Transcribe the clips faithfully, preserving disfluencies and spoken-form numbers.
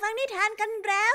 ฟังนิทานกันแล้ว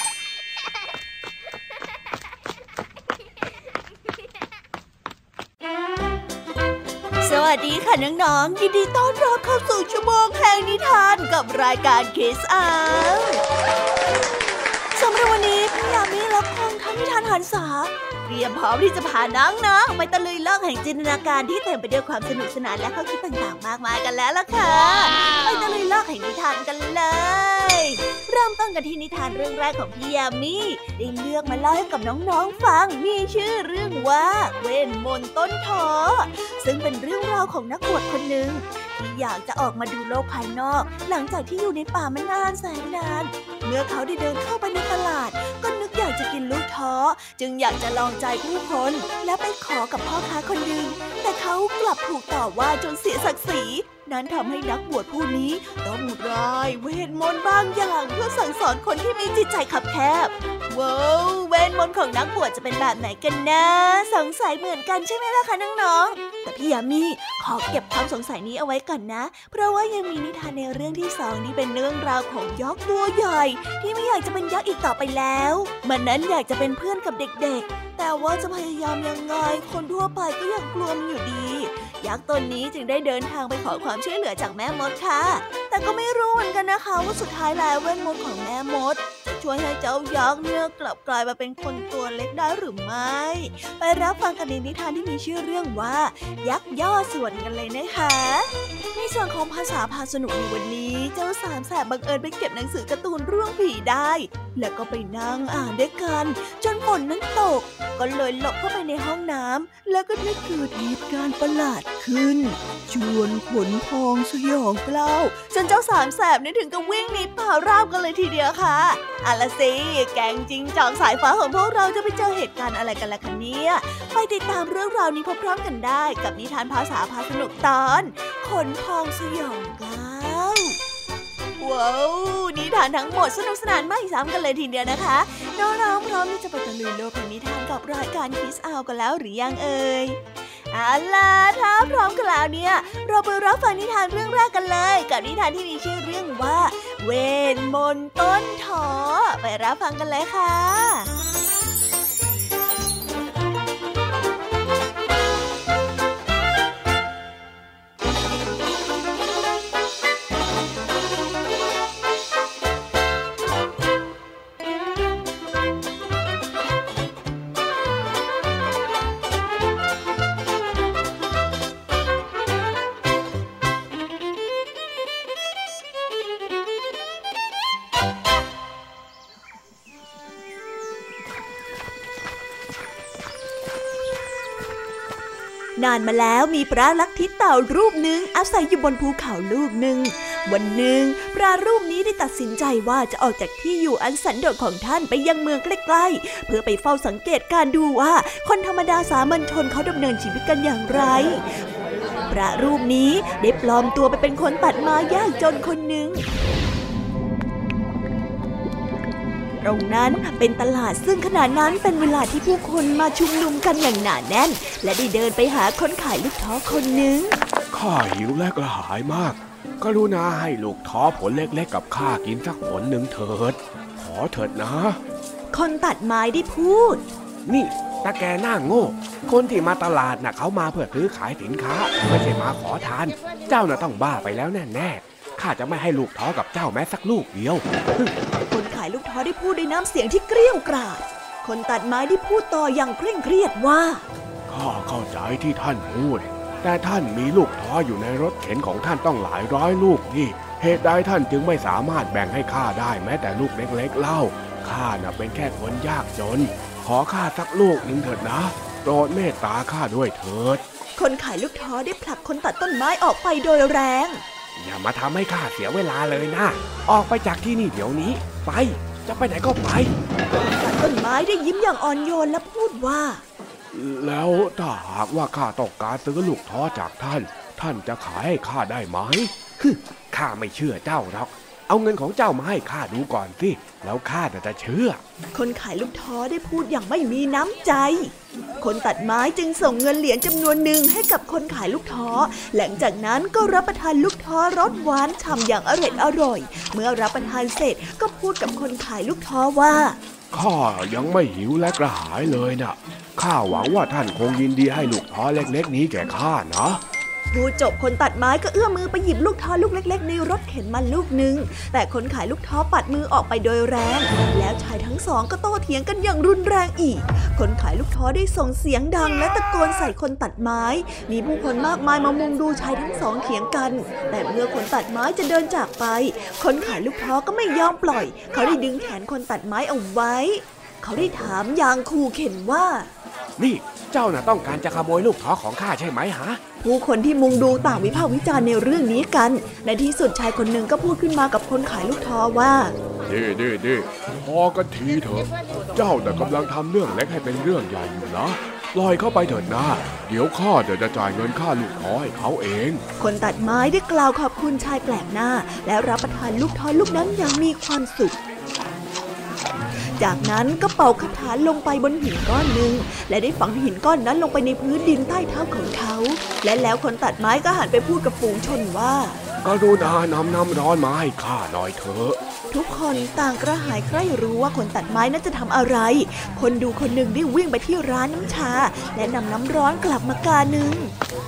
สวัสดีค่ะน้องๆยินดีต้อนรับเข้าสู่ชั่วโมงแห่งนิทานกับรายการ Kids Hour สำหรับวันนี้พี่ยามีและพงษ์ทำนิทานหันษาเตรียมพร้อมที่จะพาน้องๆไปตะลุยโลกแห่งจินตนาการที่เต็มไปด้วยความสนุกสนานและข้อคิดต่างๆมากมายกันแล้วล่ะค่ะไปตะลุยโลกแห่งนิทานกันเลยเริ่มต้นกันที่นิทานเรื่องแรกของพี่ยามีได้เลือกมาเล่าให้กับน้องๆฟังมีชื่อเรื่องว่าเวทมนต์ต้นถอซึ่งเป็นเรื่องราวของนักบวชคนหนึ่งที่อยากจะออกมาดูโลกภายนอกหลังจากที่อยู่ในป่ามานานแสนนานเมื่อเขาได้เดินเข้าไปในตลาดก็นึกอยากจะกินลูกท้อจึงอยากจะลองใจผู้คนและไปขอกับพ่อค้าคนหนึ่งแต่เขากลับถูกต่อว่าจนเสียศักดิ์ศรีนั้นทำให้นักบวชผู้นี้ต้องร่ายเวทมนต์บางอย่างเพื่อสั่งสอนคนที่มีจิตใจคับแคบว้าวเวทมนต์ของนักบวชจะเป็นแบบไหนกันนะสงสัยเหมือนกันใช่ไหมล่ะคะน้องๆแต่พี่ยามีขอเก็บความสงสัยนี้เอาไว้ก่อนนะเพราะว่ายังมีนิทานในเรื่องที่สองนี้เป็นเรื่องราวของยักษ์ตัวใหญ่ที่ไม่อยากจะเป็นยักษ์อีกต่อไปแล้วมันนั้นอยากจะเป็นเพื่อนกับเด็กๆแต่ว่าจะพยายามยังไงคนทั่วไปก็ยังกลัวมันอยู่ดียักษ์ตนนี้จึงได้เดินทางไปขอความช่วยเหลือจากแม่มดค่ะแต่ก็ไม่รู้เหมือนกันนะคะว่าสุดท้ายแล้วเวทมนต์ของแม่มดจะช่วยให้เจ้ายักษ์เนี่ยกลับกลายมาเป็นคนตัวเล็กได้หรือไม่ไปรับฟังกันในนิทานที่มีชื่อเรื่องว่ายักษ์ย่อส่วนกันเลยนะคะในส่วนของภาษาพาสนุกในวันนี้เจ้าสามแสบบังเอิญไปเก็บหนังสือการ์ตูนเรื่องผีได้แล้วก็ไปนั่งอ่านด้วยกันจนฝนนั้นตกก็เลยหลบเข้าไปในห้องน้ำแล้วก็ได้เกิดเหตุการณ์ประหลาดขึ้นชวนขนพองสยองเกล้าจนเจ้าสามแสบนี่ถึงกับวิ่งหนีป่าราบกันเลยทีเดียวค่ะเอาล่ะสิแก๊งจิงจอกสายฟ้าของพวกเราจะไปเจอเหตุการณ์อะไรกันล่ะคะเนี่ยไปติดตามเรื่องราวนี้พร้อมๆกันได้กับนิทานภาษาพาสนุกตอนขนพองสยองเกล้าว้าวนิทานทั้งหมดสนุกสนานไม่ซ้ำกันเลยทีเดียวนะคะน้องๆพร้อมที่จะไปตะลุยโลกแห่งนิทานกับรายการ Kids Hour กันแล้วหรือยังเอ่ยเอาล่ะถ้าพร้อมกันแล้วเนี่ยเราไปรับฟังนิทานเรื่องแรกกันเลยกับนิทานที่มีชื่อเรื่องว่าเวทมนต์ต้นถอไปรับฟังกันเลยค่ะนานมาแล้วมีพระลัทธิเต่ารูปหนึ่งอาศัยอยู่บนภูเขาลูกหนึ่งวันหนึ่งพระรูปนี้ได้ตัดสินใจว่าจะออกจากที่อยู่อันสันโดษของท่านไปยังเมืองใกล้ๆเพื่อไปเฝ้าสังเกตการดูว่าคนธรรมดาสามัญชนเขาดำเนินชีวิตกันอย่างไรพระรูปนี้ได้ปลอมตัวไปเป็นคนตัดไม้ยากจนคนหนึ่งตรงนั้นเป็นตลาดซึ่งขณะนั้นเป็นเวลาที่ผู้คนมาชุมนุมกันอย่างหนาแน่นและได้เดินไปหาคนขายลูกท้อคนหนึ่งข้าหิวและกระหายมากกรุณาให้ลูกท้อผลเล็กๆกับข้ากินสักผลหนึ่งเถิดขอเถิดนะคนตัดไม้ได้พูดนี่ตาแกหน้าโง่คนที่มาตลาดน่ะเขามาเพื่อซื้อขายสินค้าไม่ใช่มาขอทานเจ้าน่ะต้องบ้าไปแล้วแน่ๆข้าจะไม่ให้ลูกท้อกับเจ้าแม้สักลูกเดียวคนขายลูกท้อได้พูดด้วยน้ำเสียงที่เกรี้ยวกราดคนตัดไม้ได้พูดต่ออย่างเคร่งเครียดว่าข้าเข้าใจที่ท่านพูดแต่ท่านมีลูกท้ออยู่ในรถเข็นของท่านต้องหลายร้อยลูกนี่เหตุใดท่านจึงไม่สามารถแบ่งให้ข้าได้แม้แต่ลูกเล็กๆเล่าข้าน่ะเป็นแค่คนยากจนขอข้าสักลูกหนึ่งเถิดนะโปรดเมตตาข้าด้วยเถิดคนขายลูกท้อได้ผลักคนตัดต้นไม้ออกไปโดยแรงอย่ามาทำให้ข้าเสียเวลาเลยนะออกไปจากที่นี่เดี๋ยวนี้ไปจะไปไหนก็ไปคนตัดต้นไม้ได้ยิ้มอย่างอ่อนโยนและพูดว่าแล้วถ้าหากว่าข้าต้องการซื้อลูกท้อจากท่านท่านจะขายให้ข้าได้ไหมฮึข้าไม่เชื่อเจ้าหรอกเอาเงินของเจ้ามาให้ข้าดูก่อนสิแล้วข้าจะเชื่อคนขายลูกท้อได้พูดอย่างไม่มีน้ำใจคนตัดไม้จึงส่งเงินเหรียญจำนวนหนึ่งให้กับคนขายลูกท้อหลังจากนั้นก็รับประทานลูกท้อรสหวานฉ่ำอย่างอร่อยอร่อยเมื่อรับประทานเสร็จก็พูดกับคนขายลูกท้อว่าข้ายังไม่หิวและกระหายเลยนะข้าหวังว่าท่านคงยินดีให้ลูกท้อเล็กๆนี้แก่ข้านะพูดจบคนตัดไม้ก็เอื้อมมือไปหยิบลูกท้อลูกเล็กๆในรถเข็นมาลูกหนึ่งแต่คนขายลูกท้อปัดมือออกไปโดยแรงแล้วชายทั้งสองก็โต้เถียงกันอย่างรุนแรงอีกคนขายลูกท้อได้ส่งเสียงดังและตะโกนใส่คนตัดไม้มีผู้คนมากมายมามุงดูชายทั้งสองเถียงกันแต่เมื่อคนตัดไม้จะเดินจากไปคนขายลูกท้อก็ไม่ยอมปล่อยเขาได้ดึงแขนคนตัดไม้เอาไว้เขาได้ถามอย่างขู่เข็นว่านี่เจ้าน่ะต้องการจะขโมยลูกท้อของข้าใช่ไหมฮะผู้คนที่มุงดูต่างวิพากษ์วิจารณ์ในเรื่องนี้กันในที่สุดชายคนหนึ่งก็พูดขึ้นมากับคนขายลูกท้อว่าดิดิดิพอกันทีเถอะเจ้าแต่กำลังทำเรื่องเล็กให้เป็นเรื่องใหญ่อยู่นะปล่อยเข้าไปเถิดนะเดี๋ยวข้าจะจะจ่ายเงินค่าลูกท้อให้เขาเองคนตัดไม้ได้กล่าวขอบคุณชายแปลกหน้าและรับประทานลูกท้อลูกนั้นอย่างมีความสุขจากนั้นก็เป่าคาถาลงไปบนหินก้อนหนึ่งและได้ฝังหินก้อนนั้นลงไปในพื้นดินใต้เท้าของเขาและแล้วคนตัดไม้ก็หันไปพูดกับฝูงชนว่ากรุณานำน้ำร้อนมาให้ข้าหน่อยเถอะทุกคนต่างกระหายใคร่รู้ว่าคนตัดไม้นั้นจะทำอะไรคนดูคนหนึ่งได้วิ่งไปที่ร้านน้ำชาและนำน้ำร้อนกลับมากาหนึ่ง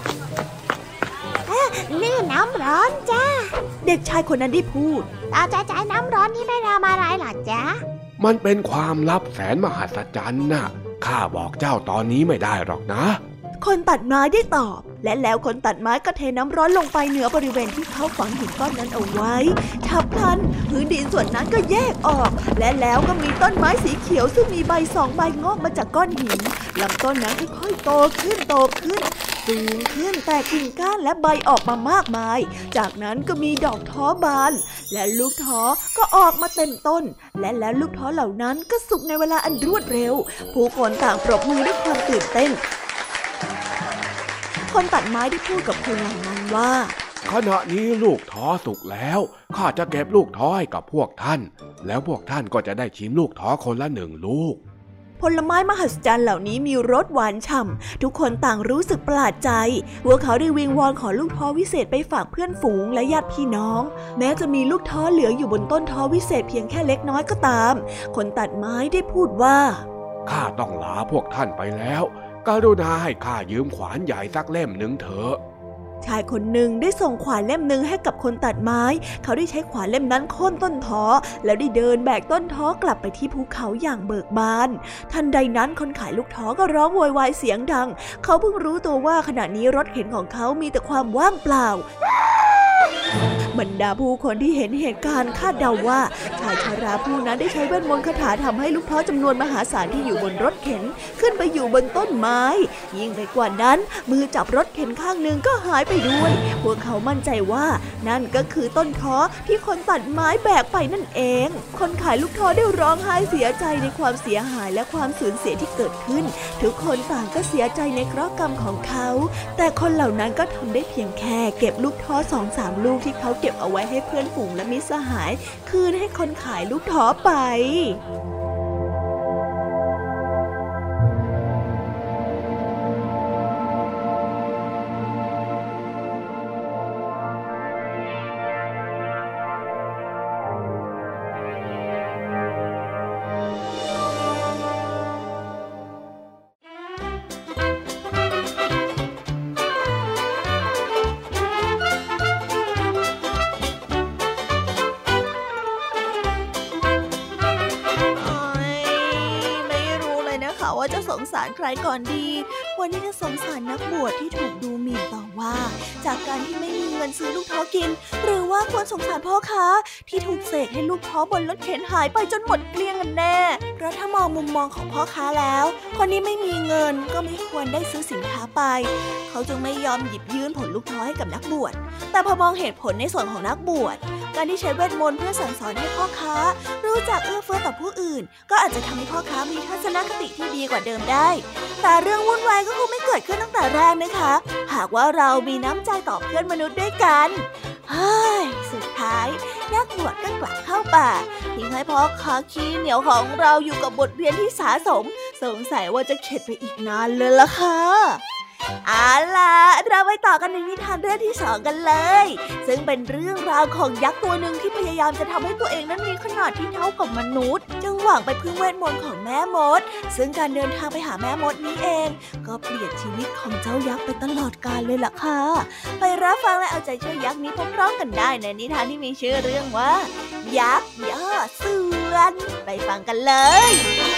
นี่น้ำร้อนจ้าเด็กชายคนนั้นได้พูดเราจะจ่ายน้ำร้อนนี่ไม่ทำอะไรหรอจ๊ะมันเป็นความลับแสนมหัศจรรย์น่ะข้าบอกเจ้าตอนนี้ไม่ได้หรอกนะคนตัดไม้ได้ตอบและแล้วคนตัดไม้ก็เทน้ำร้อนลงไปเหนือบริเวณที่เขาฝังหินก้อนนั้นเอาไว้ฉับพลันพื้นดินส่วนนั้นก็แยกออกและแล้วก็มีต้นไม้สีเขียวซึ่งมีใบสองใบงอกมาจากก้อนหินลำต้นนั้นค่อยๆโตขึ้นโตขึ้นสูงขึ้นแต่กิ่งก้านและใบออกมามากมายจากนั้นก็มีดอกท้อบานและลูกท้อก็ออกมาเต็มต้นและแล้วลูกท้อเหล่านั้นก็สุกในเวลาอันรวดเร็วผู้คนต่างปรบมือด้วยความตื่นเต้นคนตัดไม้ได้พูดกับคนเหล่านั้นว่าขณะนี้ลูกท้อสุกแล้วข้าจะเก็บลูกท้อให้กับพวกท่านแล้วพวกท่านก็จะได้ชิมลูกท้อคนละหนึ่งลูกผลไม้มหัศจรรย์เหล่านี้มีรสหวานฉ่ำทุกคนต่างรู้สึกประหลาดใจพวกเขาได้วิงวอนขอลูกท้อวิเศษไปฝากเพื่อนฝูงและญาติพี่น้องแม้จะมีลูกท้อเหลืออยู่บนต้นท้อวิเศษเพียงแค่เล็กน้อยก็ตามคนตัดไม้ได้พูดว่าข้าต้องลาพวกท่านไปแล้วกรุณาให้ข้ายืมขวานใหญ่สักเล่มหนึ่งเถอะชายคนหนึ่งได้ส่งขวานเล่มหนึ่งให้กับคนตัดไม้เขาได้ใช้ขวานเล่มนั้นโค่นต้นท้อแล้วได้เดินแบกต้นท้อกลับไปที่ภูเขาอย่างเบิกบานทันใดนั้นคนขายลูกท้อก็ร้องโวยวายเสียงดังเขาเพิ่งรู้ตัวว่าขณะนี้รถเข็นของเขามีแต่ความว่างเปล่าบรรดาผู้คนที่เห็นเหตุการณ์คาดเดาว่าชายชราผู้นั้นได้ใช้เวทมนต์คาถาทำให้ลูกท้อจำนวนมหาศาลที่อยู่บนรถเข็นขึ้นไปอยู่บนต้นไม้ยิ่งไปกว่านั้นมือจับรถเข็นข้างหนึ่งก็หายไปด้วยพวกเขามั่นใจว่านั่นก็คือต้นท้อที่คนตัดไม้แบกไปนั่นเองคนขายลูกท้อได้ร้องไห้เสียใจในความเสียหายและความสูญเสียที่เกิดขึ้นทุกคนต่างก็เสียใจในเคราะห์กรรมของเขาแต่คนเหล่านั้นก็ทำได้เพียงแค่เก็บลูกท้อสองสามลูกที่เขาเก็บเอาไว้ให้เพื่อนฝูงและมิตรสหายคืนให้คนขายลูกท้อไป ว่าจะสงสารใครก่อนดีวันนี้จะสงสารนักบวชที่ถูกดูหมิ่นต่อว่าจากการที่ไม่มีเงินซื้อลูกท้อกินหรือว่าควรสงสารพ่อค้าที่ถูกเสกให้ลูกท้อบนรถเข็นหายไปจนหมดเกลี้ยงกันแน่เพราะถ้ามองมุมมองของพ่อค้าแล้วคนนี้ไม่มีเงินก็ไม่ควรได้ซื้อสินค้าไปเขาจึงไม่ยอมหยิบยื่นผลลูกท้อให้กับนักบวชแต่พอมองเหตุผลในส่วนของนักบวชการที่ใช้เวทมนต์เพื่อสั่งสอนให้พ่อค้ารู้จักเอื้อเฟื้อต่อผู้อื่นก็อาจจะทำให้พ่อค้ามีทัศนคติที่ดีกว่าเดิมได้แต่เรื่องวุ่นวายก็คงไม่เกิดขึ้นตั้งแต่แรกนะคะหากว่าเรามีน้ำใจต่อเพื่อนมนุษย์ด้วยกันเฮ้ยสุดท้ายนักบวชก็ป่าทิ้งให้พ่อค้าขี้เหนียวของเราอยู่กับบทเรียนที่สะสมสงสัยว่าจะเข็ดไปอีกนานเลยล่ะค่ะเอาล่ะเราไปต่อกันในนิทานเรื่องที่สองกันเลยซึ่งเป็นเรื่องราวของยักษ์ตัวหนึ่งที่พยายามจะทำให้ตัวเองนั้นมีขนาดที่เท่ากับมนุษย์จึงหวังไปพึ่งเวทมนต์ของแม่มดซึ่งการเดินทางไปหาแม่มดนี้เองก็เปลี่ยนชีวิตของเจ้ายักษ์ไปตลอดกาลเลยล่ะค่ะไปรับฟังและเอาใจช่วยยักษ์นี้พร้อมๆกันได้ในนิทานที่มีชื่อเรื่องว่ายักษ์ย่อส่วนไปฟังกันเลย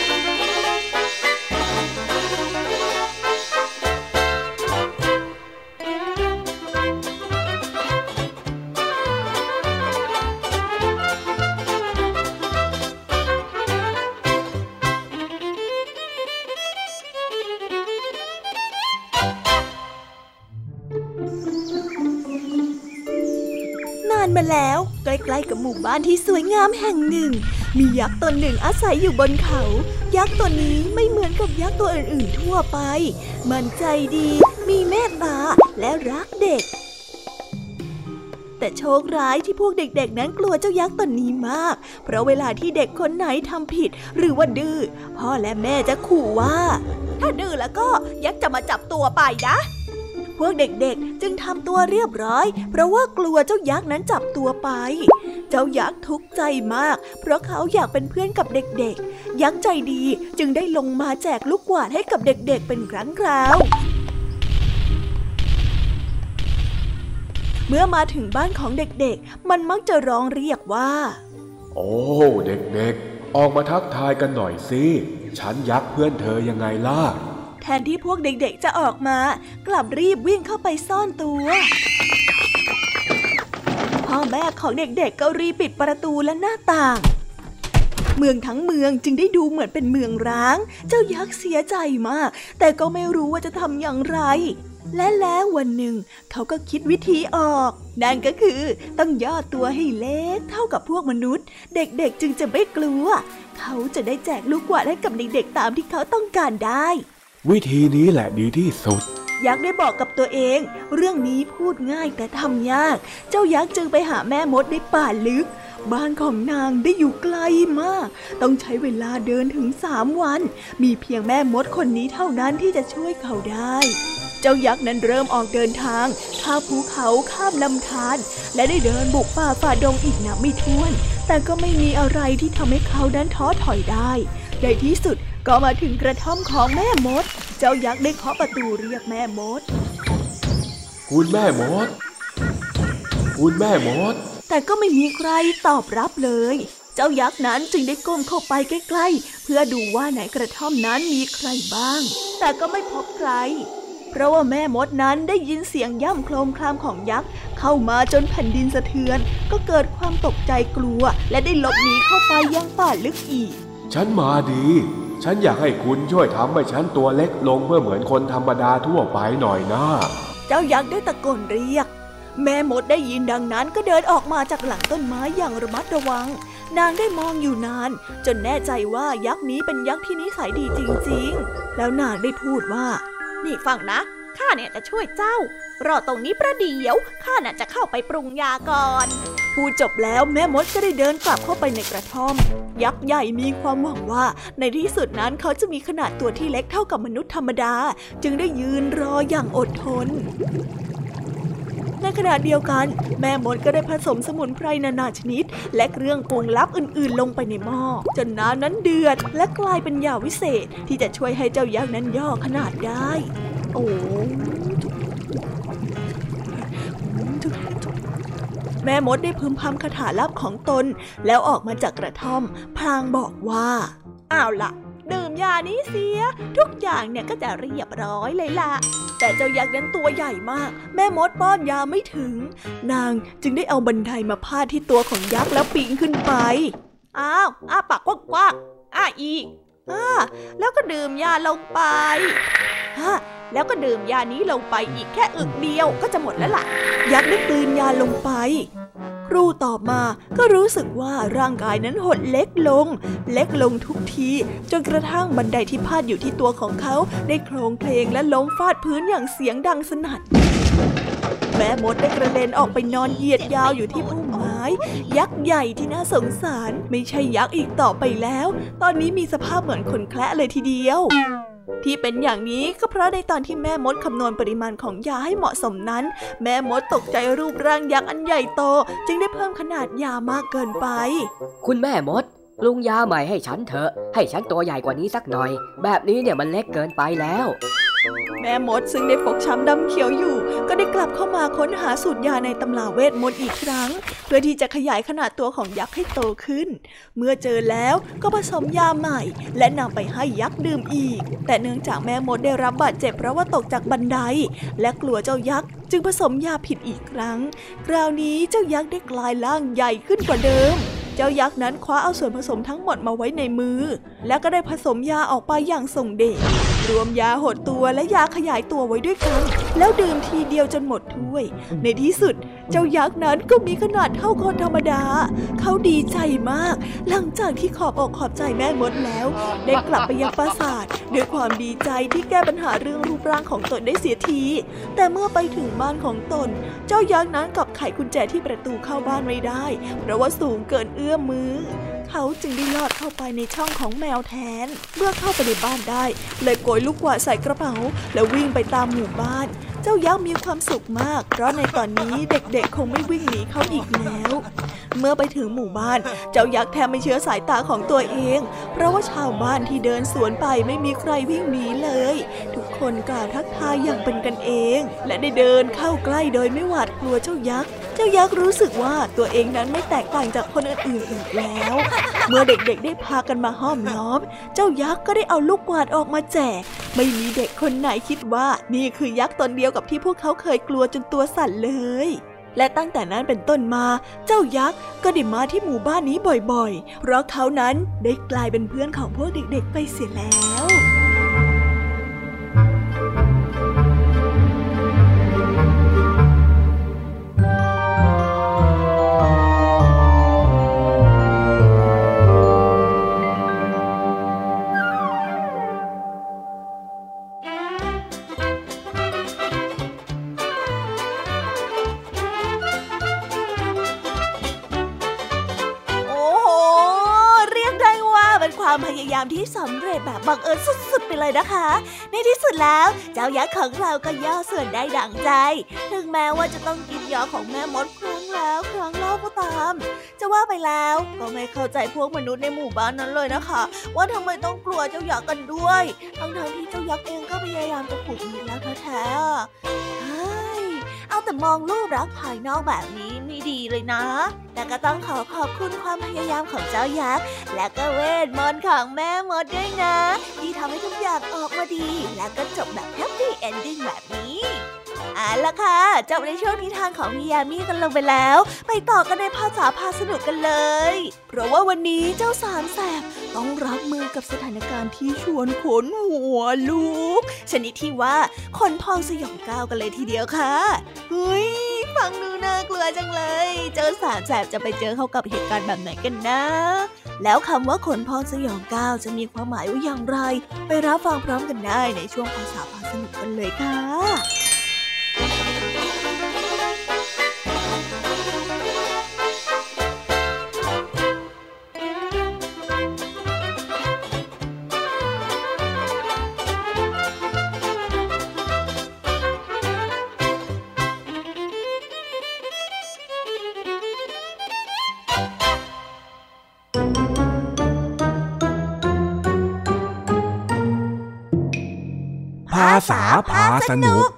มาแล้วใกล้ๆกับหมู่บ้านที่สวยงามแห่งหนึ่งมียักษ์ตนหนึ่งอาศัยอยู่บนเขายักษ์ตัวนี้ไม่เหมือนกับยักษ์ตัวอื่นๆทั่วไปมันใจดีมีเมตตาและรักเด็กแต่โชคร้ายที่พวกเด็กๆนั้นกลัวเจ้ายักษ์ตนนี้มากเพราะเวลาที่เด็กคนไหนทำผิดหรือว่าดื้อพ่อและแม่จะขู่ว่าถ้าดื้อแล้วก็ยักษ์จะมาจับตัวไปนะพวกเด็กๆจึงทำตัวเรียบร้อยเพราะว่ากลัวเจ้ายักษ์นั้นจับตัวไปเจ้ายักษ์ทุกข์ใจมากเพราะเขาอยากเป็นเพื่อนกับเด็กๆยักษ์ใจดีจึงได้ลงมาแจกลูกกวาดให้กับเด็กๆเป็นครั้งคราวเมื่อมาถึงบ้านของเด็กๆมันมักจะร้องเรียกว่าโอ้เด็กๆออกมาทักทายกันหน่อยสิฉันยักษ์เพื่อนเธอยังไงล่ะแทนที่พวกเด็กๆจะออกมากลับรีบวิ่งเข้าไปซ่อนตัวพ่อแม่ของเด็กๆก็รีบปิดประตูและหน้าต่างเมืองทั้งเมืองจึงได้ดูเหมือนเป็นเมืองร้างเจ้ายักษ์เสียใจมากแต่ก็ไม่รู้ว่าจะทำอย่างไรและแล้ววันหนึ่งเขาก็คิดวิธีออกนั่นก็คือต้องย่อตัวให้เล็กเท่ากับพวกมนุษย์เด็กๆจึงจะไม่กลัวเขาจะได้แจกลูกกวาดให้กับเด็กๆตามที่เขาต้องการได้วิธีนี้แหละดีที่สุดยักษ์ได้บอกกับตัวเองเรื่องนี้พูดง่ายแต่ทำยากเจ้ายักษ์จึงไปหาแม่มดในป่าลึกบ้านของนางได้อยู่ไกลมากต้องใช้เวลาเดินถึงสามวันมีเพียงแม่มดคนนี้เท่านั้นที่จะช่วยเขาได้เจ้ายักษ์นั้นเริ่มออกเดินทางข้ามภูเขาข้ามลำธารและได้เดินบุกป่าฝ่าดงอีกนับไม่ถ้วนแต่ก็ไม่มีอะไรที่ทำให้เขานั้นท้อถอยได้ในที่สุดก็มาถึงกระท่อมของแม่มดเจ้ายักษ์ได้เคาะประตูเรียกแม่มดคุณแม่มดคุณแม่มดแต่ก็ไม่มีใครตอบรับเลยเจ้ายักษ์นั้นจึงได้ก้มเข้าไปใกล้ๆเพื่อดูว่าในกระท่อมนั้นมีใครบ้างแต่ก็ไม่พบใครเพราะว่าแม่มดนั้นได้ยินเสียงย่ำโคลมคลามของยักษ์เข้ามาจนแผ่นดินสะเทือนก็เกิดความตกใจกลัวและได้หลบหนีเข้าไปยังป่าลึกอีกฉันมาดีฉันอยากให้คุณช่วยทำให้ฉันตัวเล็กลงเพื่อเหมือนคนธรรมดาทั่วไปหน่อยนะเจ้ายักษ์ได้ตะโกนเรียกแม่มดได้ยินดังนั้นก็เดินออกมาจากหลังต้นไม้อย่างระมัดระวังนางได้มองอยู่นานจนแน่ใจว่ายักษ์นี้เป็นยักษ์ที่นิสัยดีจริงๆแล้วนางได้พูดว่านี่ฟังนะข้าเนี่ยจะช่วยเจ้ารอตรงนี้ประเดี๋ยวข้าน่ะจะเข้าไปปรุงยาก่อนพูดจบแล้วแม่มดก็ได้เดินกลับเข้าไปในกระท่อมยักษ์ใหญ่มีความหวังว่าในที่สุดนั้นเขาจะมีขนาดตัวที่เล็กเท่ากับมนุษย์ธรรมดาจึงได้ยืนรออย่างอดทนในขณะเดียวกันแม่มดก็ได้ผสมสมุนไพรนานาชนิดและเครื่องปรุงลับอื่นๆลงไปในหม้อจนน้ำนั้นเดือดและกลายเป็นยาวิเศษที่จะช่วยให้เจ้ายักษ์นั้นย่อขนาดได้โอ้แม่มดได้พึมพำคาถาลับของตนแล้วออกมาจากกระท่อมพลางบอกว่าอ้าวล่ะดื่มยานี้เสียทุกอย่างเนี่ยก็จะเรียบร้อยเลยล่ะแต่เจ้ายักษ์นั้นตัวใหญ่มากแม่มดป้อนยาไม่ถึงนางจึงได้เอาบันไดมาพาดที่ตัวของยักษ์แล้วปีนขึ้นไปอ้าวอ้าปากกว้างๆอ้าอีกอ้าแล้วก็ดื่มยาลงไปฮะแล้วก็ดื่มยานี้ลงไปอีกแค่อึกเดียวก็จะหมดแล้วล่ะยักษ์ได้กลืนยาลงไปครู่ต่อมาก็รู้สึกว่าร่างกายนั้นหดเล็กลงเล็กลงทุกทีจนกระทั่งบันไดที่พาดอยู่ที่ตัวของเขาได้โคลงเคลงและล้มฟาดพื้นอย่างเสียงดังสนั่นแม่มดได้กระเด็นออกไปนอนเหยียดยาวอยู่ที่พุ่มไม้ยักษ์ใหญ่ที่น่าสงสารไม่ใช่ยักษ์อีกต่อไปแล้วตอนนี้มีสภาพเหมือนคนแคระเลยทีเดียวที่เป็นอย่างนี้ก็เพราะในตอนที่แม่มดคำนวณปริมาณของยาให้เหมาะสมนั้นแม่มดตกใจรูปร่างยักษ์อันใหญ่โตจึงได้เพิ่มขนาดยามากเกินไปคุณแม่มดปรุงยาใหม่ให้ฉันเถอะให้ฉันตัวใหญ่กว่านี้สักหน่อยแบบนี้เนี่ยมันเล็กเกินไปแล้วแม่มดซึ่งได้ฟกช้ำดำเขียวอยู่ก็ได้กลับเข้ามาค้นหาสูตรยาในตำราเวทมนต์อีกครั้งเพื่อที่จะขยายขนาดตัวของยักษ์ให้โตขึ้นเมื่อเจอแล้วก็ผสมยาใหม่และนำไปให้ยักษ์ดื่มอีกแต่เนื่องจากแม่มดได้รับบาดเจ็บเพราะว่าตกจากบันไดและกลัวเจ้ายักษ์จึงผสมยาผิดอีกครั้งคราวนี้เจ้ายักษ์ได้กลายร่างใหญ่ขึ้นกว่าเดิมเจ้ายักษ์นั้นคว้าเอาส่วนผสมทั้งหมดมาไว้ในมือแล้วก็ได้ผสมยาออกไปอย่างทรงเดชรวมยาหดตัวและยาขยายตัวไว้ด้วยกันแล้วดื่มทีเดียวจนหมดถ้วยในที่สุดเจ้ายักษ์นั้นก็มีขนาดเท่าคนธรรมดาเขาดีใจมากหลังจากที่ขอบอกขอบใจแม่มดแล้วได้กลับไปยังปราสาทด้วยความดีใจที่แก้ปัญหาเรื่องรูปร่างของตนได้เสียทีแต่เมื่อไปถึงบ้านของตนเจ้ายักษ์นั้นกลับไขกุญแจที่ประตูเข้าบ้านไม่ได้เพราะว่าสูงเกินเอื้อมมือเขาจึงได้ลอดเข้าไปในช่องของแมวแทนเมื่อเข้าไปในบ้านได้เลยโกยลูกกวาดใส่กระเป๋าแล้ววิ่งไปตามหมู่บ้านเจ้ายักษ์มีความสุขมากเพราะในตอนนี้เด็กๆคงไม่วิ่งหนีเขาอีกแล้วเมื่อไปถึงหมู่บ้านเจ้ายักษ์แทบไม่เชื่อสายตาของตัวเองเพราะว่าชาวบ้านที่เดินสวนไปไม่มีใครวิ่งหนีเลยทุกคนกล่าวทักทายอย่างเป็นกันเองและได้เดินเข้าใกล้โดยไม่หวาดกลัวเจ้ายักษ์เจ้ายักษ์รู้สึกว่าตัวเองนั้นไม่แตกต่างจากคนอื่นๆอีกแล้วเมื่อเด็กๆได้พากันมาห้อมล้อมเจ้ายักษ์ก็ได้เอาลูกกวาดออกมาแจกไม่มีเด็กคนไหนคิดว่านี่คือยักษ์ตนเดียวกับที่พวกเขาเคยกลัวจนตัวสั่นเลยและตั้งแต่นั้นเป็นต้นมาเจ้ายักษ์ก็ได้มาที่หมู่บ้านนี้บ่อยๆเพราะเขานั้นได้กลายเป็นเพื่อนของพวกเด็กๆไปเสียแล้วความพยายามที่สำเร็จแบบบังเอิญสุดๆไปเลยนะคะในที่สุดแล้วเจ้ายักษ์ของเราก็ย่อส่วนได้ดั่งใจถึงแม้ว่าจะต้องกินยาของแม่มดครั้งแล้วครั้งเล่าก็ตามจะว่าไปแล้วก็ไม่เข้าใจพวกมนุษย์ในหมู่บ้านนั้นเลยนะคะว่าทำไมต้องกลัวเจ้ายักษ์กันด้วยทั้งๆที่เจ้ายักษ์เองก็พยายามจะผูกมิตรแล้วแท้ๆเอาแต่มองรูปลักษณ์ภายนอกแบบนี้ไม่ดีเลยนะแต่ก็ต้องขอขอบคุณความพยายามของเจ้ายักษ์และก็เวทมนต์ของแม่มดด้วยนะที่ทำให้ทุกอย่างออกมาดีและก็จบแบบแฮปปี้เอนดิ้งแบบนี้เอาล่ะค่ะจบในช่วงนิทานของพี่ยามีกันลงไปแล้วไปต่อกันในภาษาพาสนุกกันเลยเพราะว่าวันนี้เจ้าสามแสบต้องรับมือกับสถานการณ์ที่ชวนขนหัวลุกชนิดที่ว่าขนพองสยองก้าวกันเลยทีเดียวค่ะเฮ้ยฟังดูน่ากลัวจังเลยเจ้าสามแสบจะไปเจอเข้ากับเหตุการณ์แบบไหนกันนะแล้วคำว่าขนพองสยองก้าวจะมีความหมายว่าอย่างไรไปรับฟังพร้อมกันได้ในช่วงภาษาพาสนุกกันเลยค่ะภาษาพาสนุก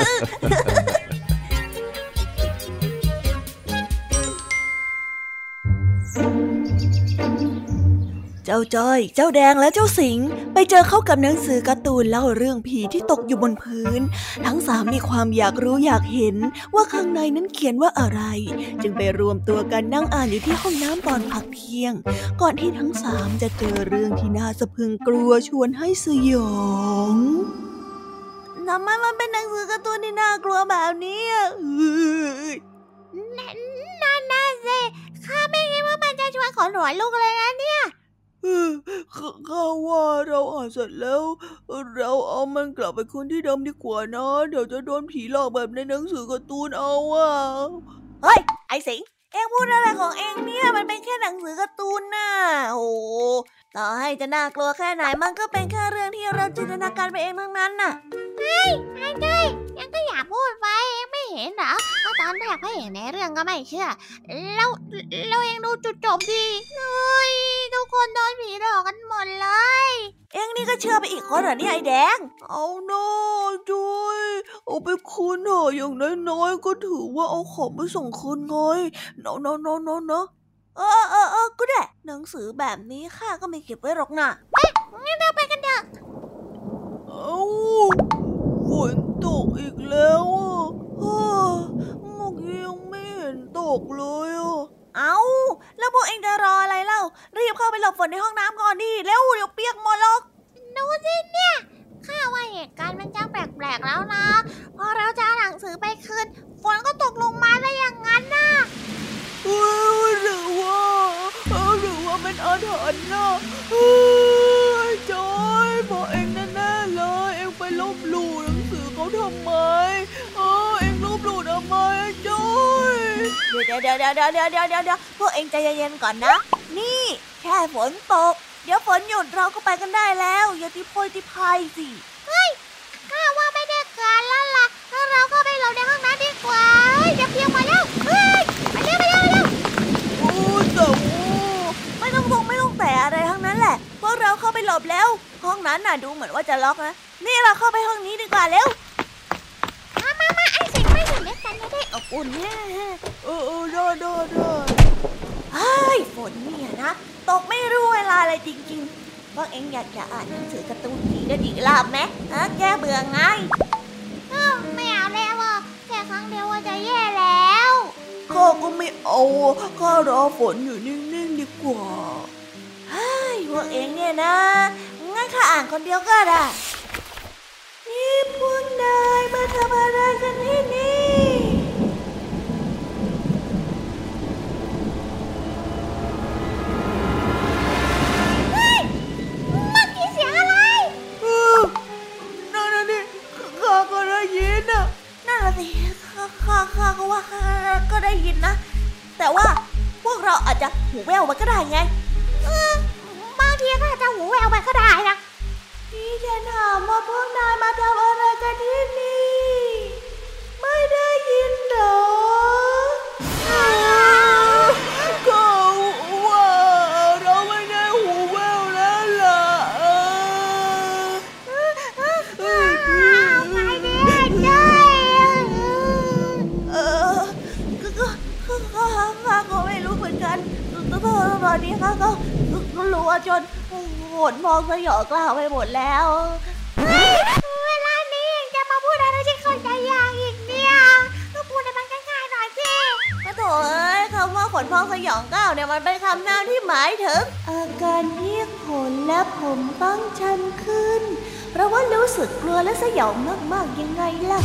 เจ้าจ้อยเจ้าแดงและเจ้าสิงห์ไปเจอเข้ากับหนังสือการ์ตูนเล่าเรื่องผีที่ตกอยู่บนพื้นทั้งสามมีความอยากรู้อยากเห็นว่าข้างในนั้นเขียนว่าอะไรจึงไปรวมตัวกันนั่งอ่านอยู่ที่ห้องน้ำตอนพักเที่ยงก่อนที่ทั้งสามจะเจอเรื่องที่น่าสะพรึงกลัวชวนให้สยองทำไมมันเป็นหนังสือการ์ตูนที่น่ากลัวแบบนี้นั่นนั่นน่ะสิข้าไม่คิดว่ามันจะชวนขนหัวลุกเลยนะเนี่ยข้าว่าเราอ่านเสร็จแล้วเราเอามันกลับไปคืนที่เดิมดีกว่านะเดี๋ยวจะโดนผีหลอกแบบในหนังสือการ์ตูนเอาอ่ะเฮ้ยไอ้สิงเอ็งพูดอะไรของเอ็งเนี่ยมันเป็นแค่หนังสือการ์ตูนน่ะโอ้ต่อให้จะน่ากลัวแค่ไหนมันก็เป็นแค่เรื่องที่เราจินตนาการไปเองทั้งนั้นน่ะเฮ้ยไอ้เจ้ยยังก็อย่าพูดไปเอ็งไม่เห็นเหรอก็ตอนแรกพระเอกในเรื่องก็ไม่เชื่อแล้วเราเองดูจุดจบดิเฮ้ยทุกคนโดนผีหลอกกันหมดเลยเอ็งนี่ก็เชื่อไปอีกคนเหรอเนี่ยไอ้แดงเอาหน่าจุ้ยเอาไปคืนเถอะอย่างน้อยๆก็ถือว่าเอาของไปส่งคืนไงเนาะเนาะเนาะเนาะเนาะเออเออเออก็ได้หนังสือแบบนี้ข้าก็ไม่เก็บไว้หรอกนะเอ๊ะงั้นเราไปกันเถอะเอ้าฝนตกอีกแล้วอ่ะเมื่อกี้ยังไม่เห็นตกเลยอ่ะเอ้าแล้วพวกเองจะรออะไรเล่ารีบเข้าไปหลบฝนในห้องน้ำก่อนดิเร็วเดี๋ยวเปียกหมดหรอกดูสิเนี่ยข้าว่าเหตุการณ์มันจะแปลกๆแล้วนะพอเราจะเอาหนังสือไปคืนฝนก็ตกลงมาได้อย่างนั้นน่ะหรือว่าหรือว่าเป็นอาถรรพ์นะจอยบอกเองแน่ๆเลยเองไปลบหลู่หนังสือเขาทำไมเออเองลบหลู่ทำไมจอยเดี๋ยวเดี๋ยวเดี๋ยวเดี๋ยวเดี๋ยวเดี๋ยวเดี๋ยวพวกเองใจเย็นๆก่อนนะนี่แค่ฝนตกเดี๋ยวฝนหยุดเราก็ไปกันได้แล้วอย่าติโพยติพายสิเฮ้ยข้าว่าไม่ได้การแล้วล่ะถ้าเราเข้าไปหลบในห้องน้ำดีกว่าเฮ้ยเดี๋ยวเพียงมาแล้วเฮ้ยไปเร็วไปเร็วไปเร็วโอ้แต่ไม่ต้องลงไม่ต้องแต่อะไรทั้งนั้นแหละพวกเราเข้าไปหลบแล้วห้องนั้นน่ะดูเหมือนว่าจะล็อกนะนี่เราเข้าไปห้องนี้ดีกว่าเร็วมามามาไอ้สิงไม่อยู่ด้วยกันจะได้อบอุ่นแน่เออเออได้ได้ได้เฮ้ยฝนเนี่ยนะตกไม่รู้เวลาอะไรจริงๆพวกเอ็งอยากจะอ่านหนังสือการ์ตูนผีกันอีกรอบไหมฮะแก้เบื่อไงเออไม่เอาแล้วอ่ะแค่ครั้งเดียวว่าจะแย่แล้วข้าก็ไม่เอาข้ารอฝนอยู่นิ่งๆดีกว่าเฮ้ยพวกเอ็งเนี่ยนะงั้นข้าอ่านคนเดียวก็ได้นี่พวกนายมาทำอะไรกันที่นี่เฮ้ยเมื่อกี้เสียงอะไรเออนั่นน่ะนี่ข้าก็ได้ยินน่ะนั่นแหละสิข้าข้าข้าก็ว่าข้าก็ได้ยินนะแต่ว่าพวกเราอาจจะหูแว่วไปก็ได้ไงเออบางทีก็อาจจะหูแว่วไปก็ได้นะพี่ฉันถามว่าพวกนายมาทำอะไรกันที่นี่ไม่ได้ยินเหรอก็ว่าเราไม่ได้หูแว่วแล้วล่ะไม่ได้ได้เออก็ก็ข้าข้าก็ไม่รู้เหมือนกันตอนนี้ข้าก็กลัวจนฝนมองสยองกล้าวไปหมดแล้วเวลานี้ยังจะมาพูดอะไรที่เข้าใจยากอีกเนี่ยก็พูดให้มันง่ายๆหน่อยสิก็โถ่เอ้ยคำว่าขนพองสยองก้าวเนี่ยมันเป็นคำนามที่หมายถึงอาการที่ขนและผมต้องชันขึ้นเพราะว่ารู้สึกกลัวและสยองมากๆยังไงล่ะ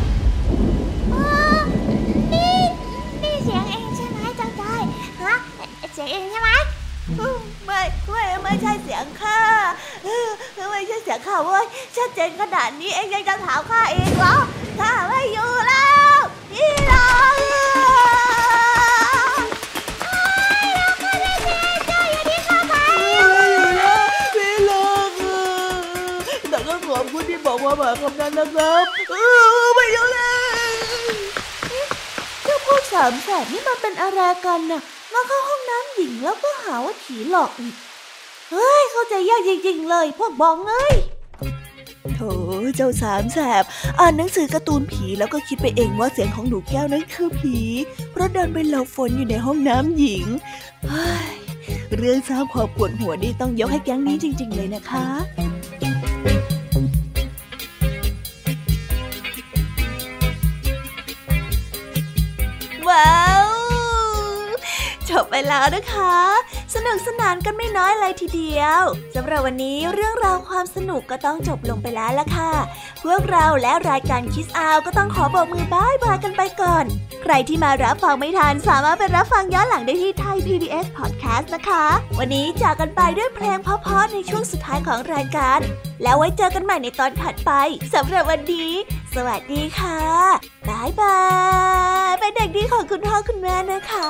นี่นี่เสียงเองใช่ไหมจังใจฮะเสียงเองใช่ไหมไม่ไม่ไม่ใช่เสียงข้าไม่ใช่เสียงข้าเว้ยชัดเจนขนาดนี้เองยังจะถามข้าเองเหรอข้าไม่อยู่แล้วพี่หลอกเราก็ได้เจอเจออย่าทิ้งข้าไปพี่หลอกแต่ก็ขอบคุณที่บอกว่าแบบคำนั้นนะครับไม่อยู่แล้วเจ้าพวกสามแสบนี่มันเป็นอะไรกันน่ะมาเข้าห้องน้ำหญิงแล้วก็หาว่าผีหลอกอีกเฮ้ยเข้าใจยากจริงๆเลยพวกบ้องเอ้ยโธ่เจ้าสามแสบอ่านหนังสือการ์ตูนผีแล้วก็คิดไปเองว่าเสียงของหนูแก้วนั้นคือผีเพราะเดินไปหลบฝนอยู่ในห้องน้ำหญิงเฮ้ยเรื่องสร้างความปวดหัวนี่ต้องยกให้แก๊งนี้จริงๆเลยนะคะว้าวจบไปแล้วนะคะสนุกสนานกันไม่น้อยเลยทีเดียวสำหรับวันนี้เรื่องราวความสนุกก็ต้องจบลงไปแล้วล่ะค่ะพวกเราและรายการ Kids Out ก็ต้องขอบอกมือบ๊ายบายกันไปก่อนใครที่มารับฟังไม่ทันสามารถไปรับฟังย้อนหลังได้ที่ Thai พี บี เอส Podcast นะคะวันนี้จากกันไปด้วยเพลงเพราะๆในช่วงสุดท้ายของรายการแล้วไว้เจอกันใหม่ในตอนถัดไปสำหรับวันนี้สวัสดีค่ะบ๊ายบายเป็นเด็กดีของคุณพ่อคุณแม่นะคะ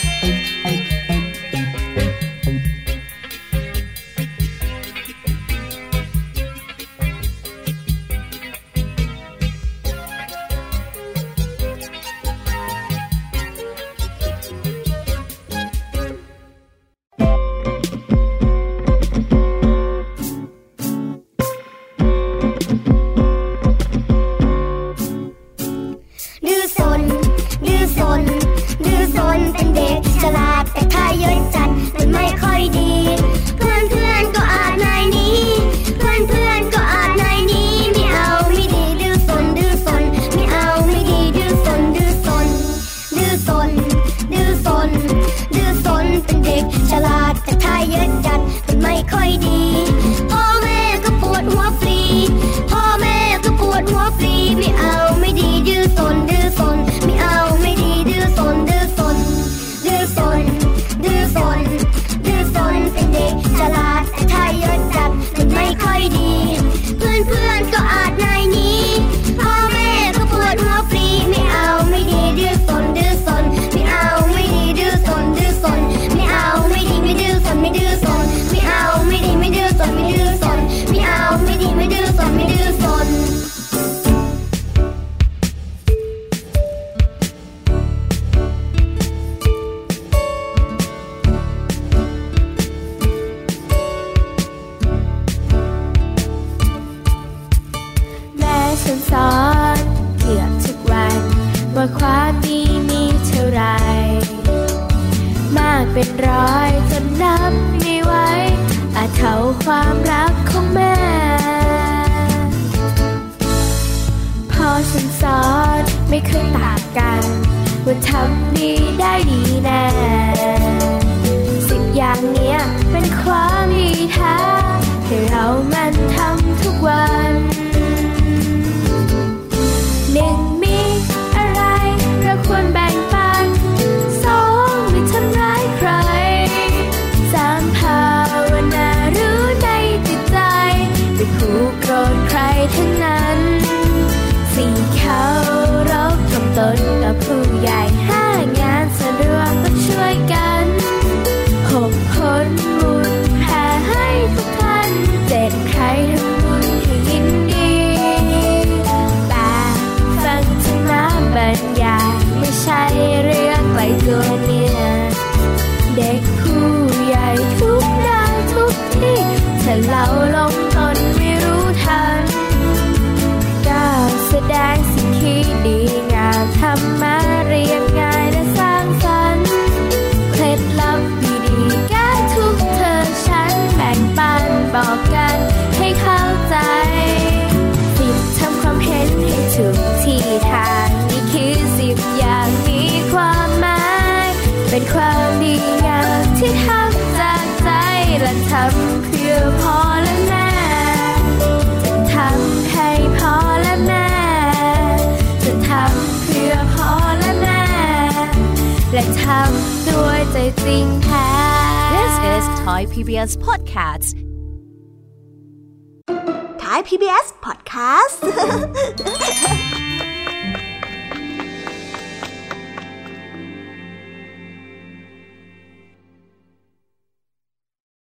เป็นความดีงามที่ทำจากใจและทำเพื่อพ่อและแม่จะทำให้พ่อและแม่จะทำเพื่อพ่อและแม่และทำด้วยใจจริงแท้ This is Thai พี บี เอส Podcast Thai พี บี เอส Podcast